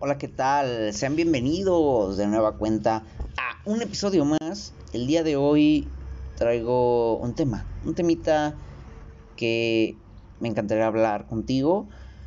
Hola, ¿qué tal? Sean bienvenidos de nueva cuenta a un episodio más. El día de hoy traigo un temita que me encantaría hablar contigo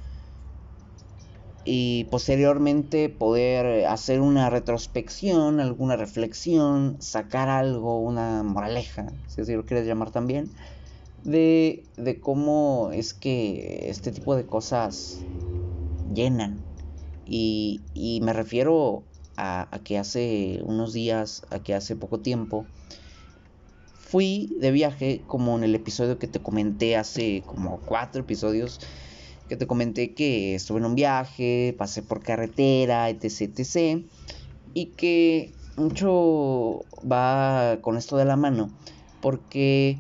y posteriormente poder hacer una retrospección, alguna reflexión, sacar algo, una moraleja, si así lo quieres llamar también, de cómo es que este tipo de cosas llenan. Y me refiero a que hace unos días, a que hace poco tiempo, fui de viaje, como en el episodio que te comenté hace como 4 episodios, que te comenté que estuve en un viaje, pasé por carretera, etc, etc, y que mucho va con esto de la mano, porque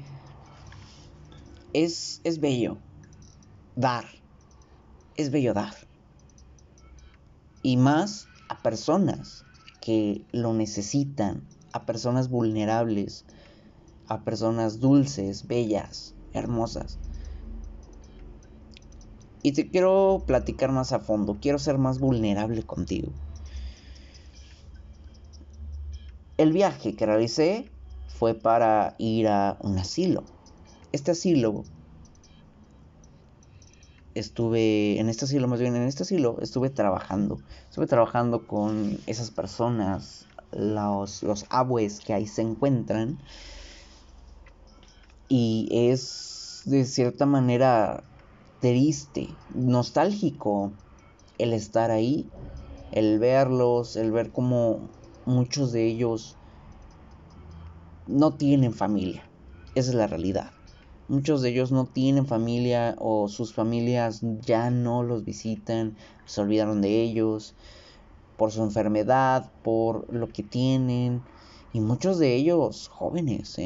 es bello dar, es bello dar. Y más a personas que lo necesitan, a personas vulnerables, a personas dulces, bellas, hermosas. Y te quiero platicar más a fondo, quiero ser más vulnerable contigo. El viaje que realicé fue para ir a un asilo. Este asilo, en este asilo estuve trabajando. Estuve trabajando con esas personas, los abues que ahí se encuentran. Y es de cierta manera triste, nostálgico el estar ahí, el verlos, el ver cómo muchos de ellos no tienen familia. Esa es la realidad. Muchos de ellos no tienen familia o sus familias ya no los visitan, se olvidaron de ellos por su enfermedad, por lo que tienen. Y muchos de ellos jóvenes,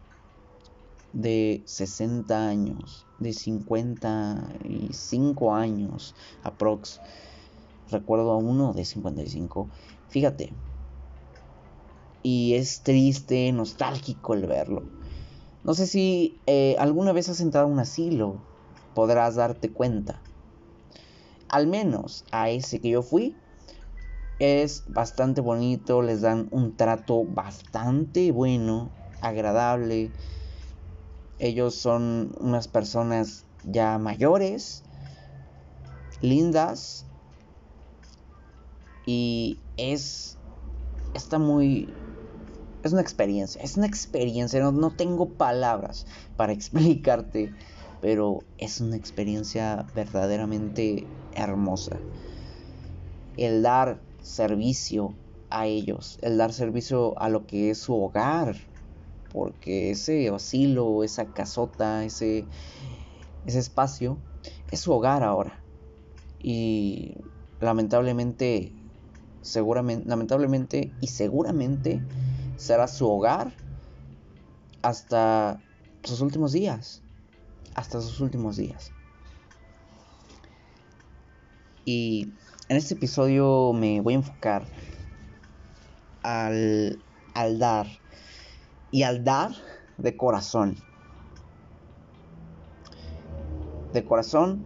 de 60 años, de 55 años aprox. Recuerdo a uno de 55. Fíjate. Y es triste, nostálgico el verlo. No sé si alguna vez has entrado a un asilo. Podrás darte cuenta. Al menos a ese que yo fui. Es bastante bonito. Les dan un trato bastante bueno, agradable. Ellos son unas personas ya mayores, lindas, y está muy, es una experiencia, no tengo palabras para explicarte, pero es una experiencia verdaderamente hermosa. El dar servicio a ellos, el dar servicio a lo que es su hogar, porque ese asilo, esa casota, ese espacio es su hogar ahora. Y lamentablemente, lamentablemente y seguramente será su hogar hasta sus últimos días. Hasta sus últimos días. Y en este episodio me voy a enfocar al dar. Y al dar de corazón. De corazón,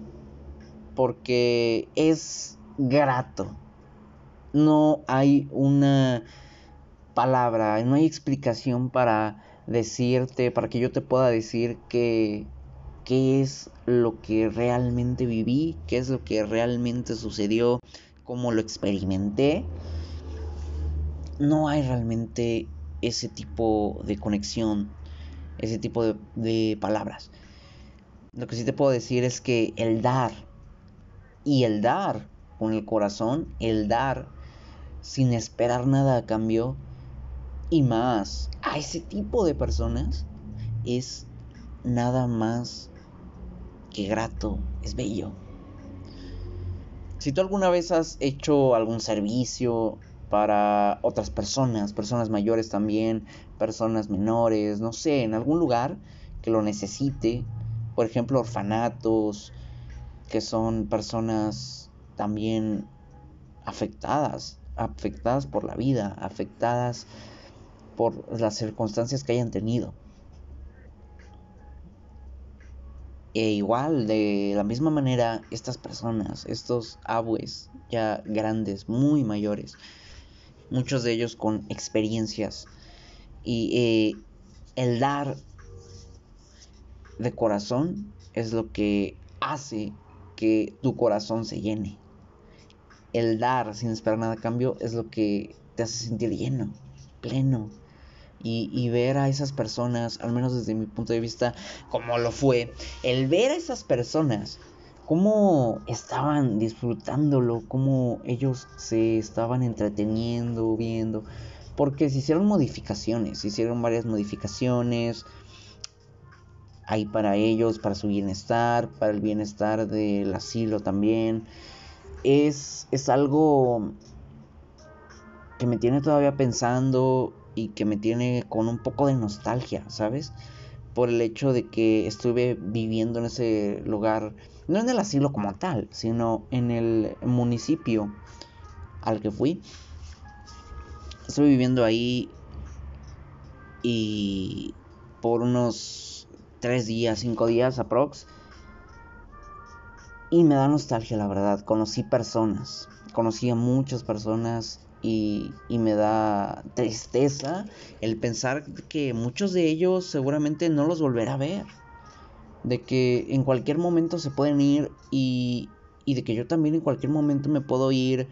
porque es grato. No hay una palabra, no hay explicación para decirte, para que yo te pueda decir qué es lo que realmente viví, qué es lo que realmente sucedió, cómo lo experimenté. No hay realmente ese tipo de conexión, ese tipo de palabras. Lo que sí te puedo decir es que el dar, y el dar con el corazón, el dar sin esperar nada a cambio, y más a ese tipo de personas, es nada más que grato, es bello. Si tú alguna vez has hecho algún servicio para otras personas, personas mayores también, personas menores, no sé, en algún lugar que lo necesite, por ejemplo, orfanatos, que son personas también afectadas por la vida, afectadas por las circunstancias que hayan tenido. E igual, de la misma manera, estas personas, estos abues ya grandes, muy mayores, muchos de ellos con experiencias, y el dar de corazón es lo que hace que tu corazón se llene. El dar sin esperar nada a cambio es lo que te hace sentir lleno, pleno. Y ver a esas personas, al menos desde mi punto de vista, como lo fue, el ver a esas personas, cómo estaban disfrutándolo, cómo ellos se estaban entreteniendo, viendo, porque se hicieron modificaciones, se hicieron varias modificaciones, ahí para ellos, para su bienestar, para el bienestar del asilo también. Es algo que me tiene todavía pensando y que me tiene con un poco de nostalgia, ¿sabes? Por el hecho de que estuve viviendo en ese lugar, no en el asilo como tal, sino en el municipio al que fui. Estuve viviendo ahí y por unos 3 días, 5 días aprox. Y me da nostalgia, la verdad. Conocí a muchas personas y me da tristeza el pensar que muchos de ellos seguramente no los volverá a ver. De que en cualquier momento se pueden ir y de que yo también en cualquier momento me puedo ir.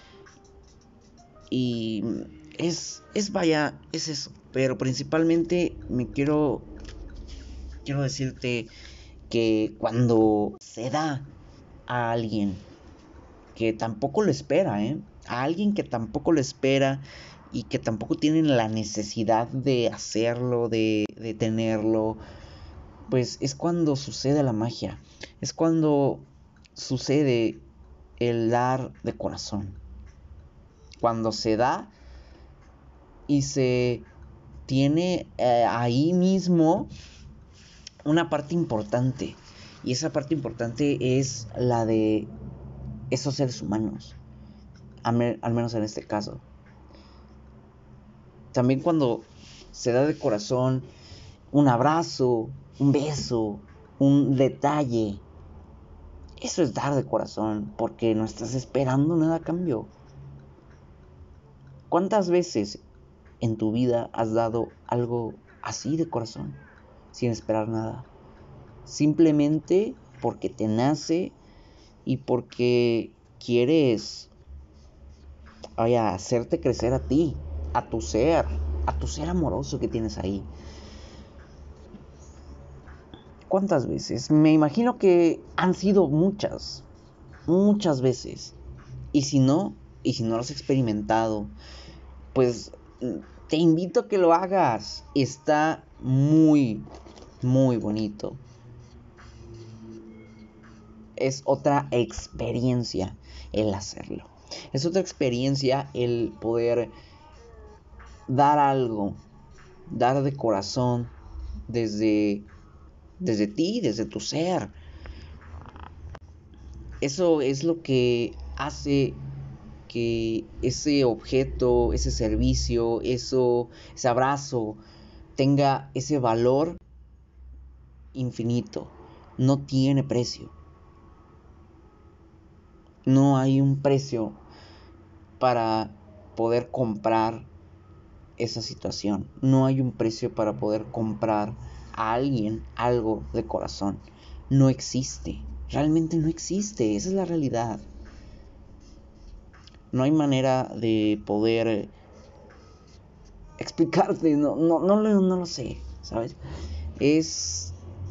Y es vaya, es eso. Pero principalmente quiero decirte que cuando se da a alguien que tampoco lo espera, a alguien que tampoco lo espera y que tampoco tienen la necesidad de hacerlo, de tenerlo, pues es cuando sucede la magia, es cuando sucede el dar de corazón, cuando se da y se tiene ahí mismo una parte importante, y esa parte importante es la de esos seres humanos, al menos en este caso. También cuando se da de corazón un abrazo, un beso, un detalle, eso es dar de corazón, porque no estás esperando nada a cambio. ¿Cuántas veces en tu vida has dado algo así de corazón, sin esperar nada? Simplemente porque te nace y porque quieres hacerte crecer a ti, a tu ser amoroso que tienes ahí. ¿Cuántas veces? Me imagino que han sido muchas veces. Y si no lo has experimentado, pues te invito a que lo hagas. Está muy, muy bonito. Es otra experiencia el hacerlo. Es otra experiencia el poder dar algo, dar de corazón desde ti, desde tu ser. Eso es lo que hace que ese objeto, ese servicio, ese abrazo tenga ese valor infinito. No tiene precio. No hay un precio para poder comprar esa situación. No hay un precio para poder comprar a alguien algo de corazón. No existe. Realmente no existe. Esa es la realidad. No hay manera de poder explicarte. No lo sé, ¿sabes? Es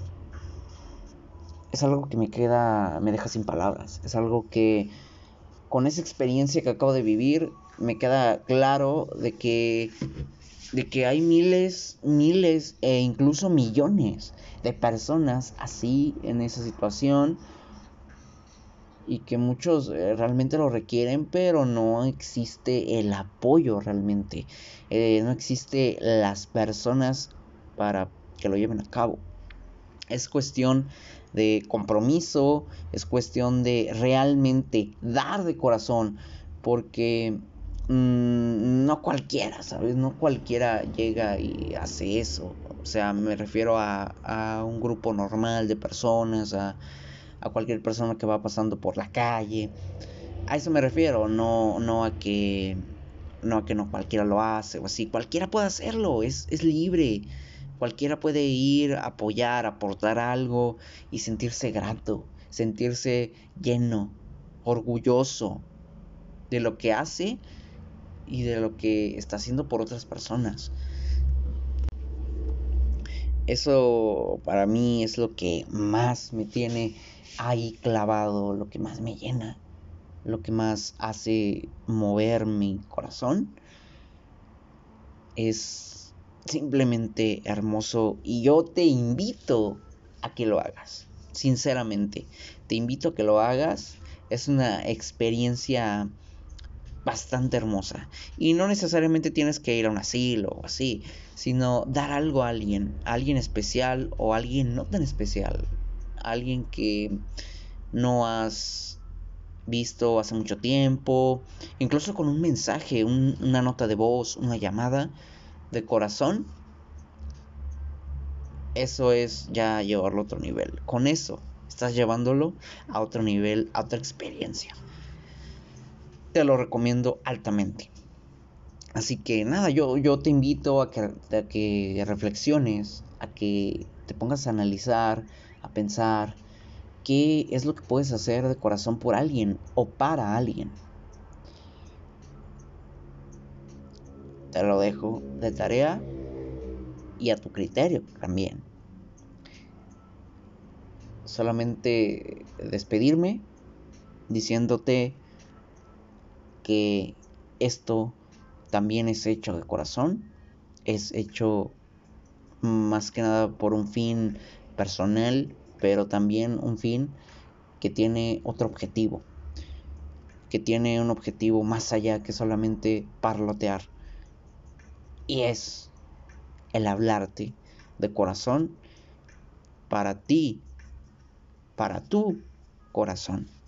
algo que me deja sin palabras. Es algo que con esa experiencia que acabo de vivir me queda claro de que hay miles e incluso millones de personas así en esa situación, y que muchos realmente lo requieren, pero no existe el apoyo realmente. No existe las personas para que lo lleven a cabo. Es cuestión de compromiso, es cuestión de realmente dar de corazón, porque no cualquiera, ¿sabes? No cualquiera llega y hace eso. O sea, me refiero a un grupo normal de personas, a cualquier persona que va pasando por la calle. A eso me refiero, no a que no cualquiera lo hace o así. Cualquiera puede hacerlo, es libre. Cualquiera puede ir, apoyar, aportar algo y sentirse grato, sentirse lleno, orgulloso de lo que hace y de lo que está haciendo por otras personas. Eso para mí es lo que más me tiene ahí clavado, lo que más me llena, lo que más hace mover mi corazón. Es simplemente hermoso y yo te invito a que lo hagas. Sinceramente, te invito a que lo hagas. Es una experiencia bastante hermosa. Y no necesariamente tienes que ir a un asilo o así, sino dar algo a alguien especial o a alguien no tan especial, a alguien que no has visto hace mucho tiempo, incluso con un mensaje, una nota de voz, una llamada de corazón. Eso es ya llevarlo a otro nivel. Con eso estás llevándolo a otro nivel, a otra experiencia. Te lo recomiendo altamente. Así que nada, yo te invito a que reflexiones, a que te pongas a analizar, a pensar qué es lo que puedes hacer de corazón por alguien o para alguien. Te lo dejo de tarea y a tu criterio también. Solamente despedirme diciéndote que esto también es hecho de corazón, es hecho más que nada por un fin personal, pero también un fin que tiene otro objetivo, que tiene un objetivo más allá que solamente parlotear, y es el hablarte de corazón para ti, para tu corazón.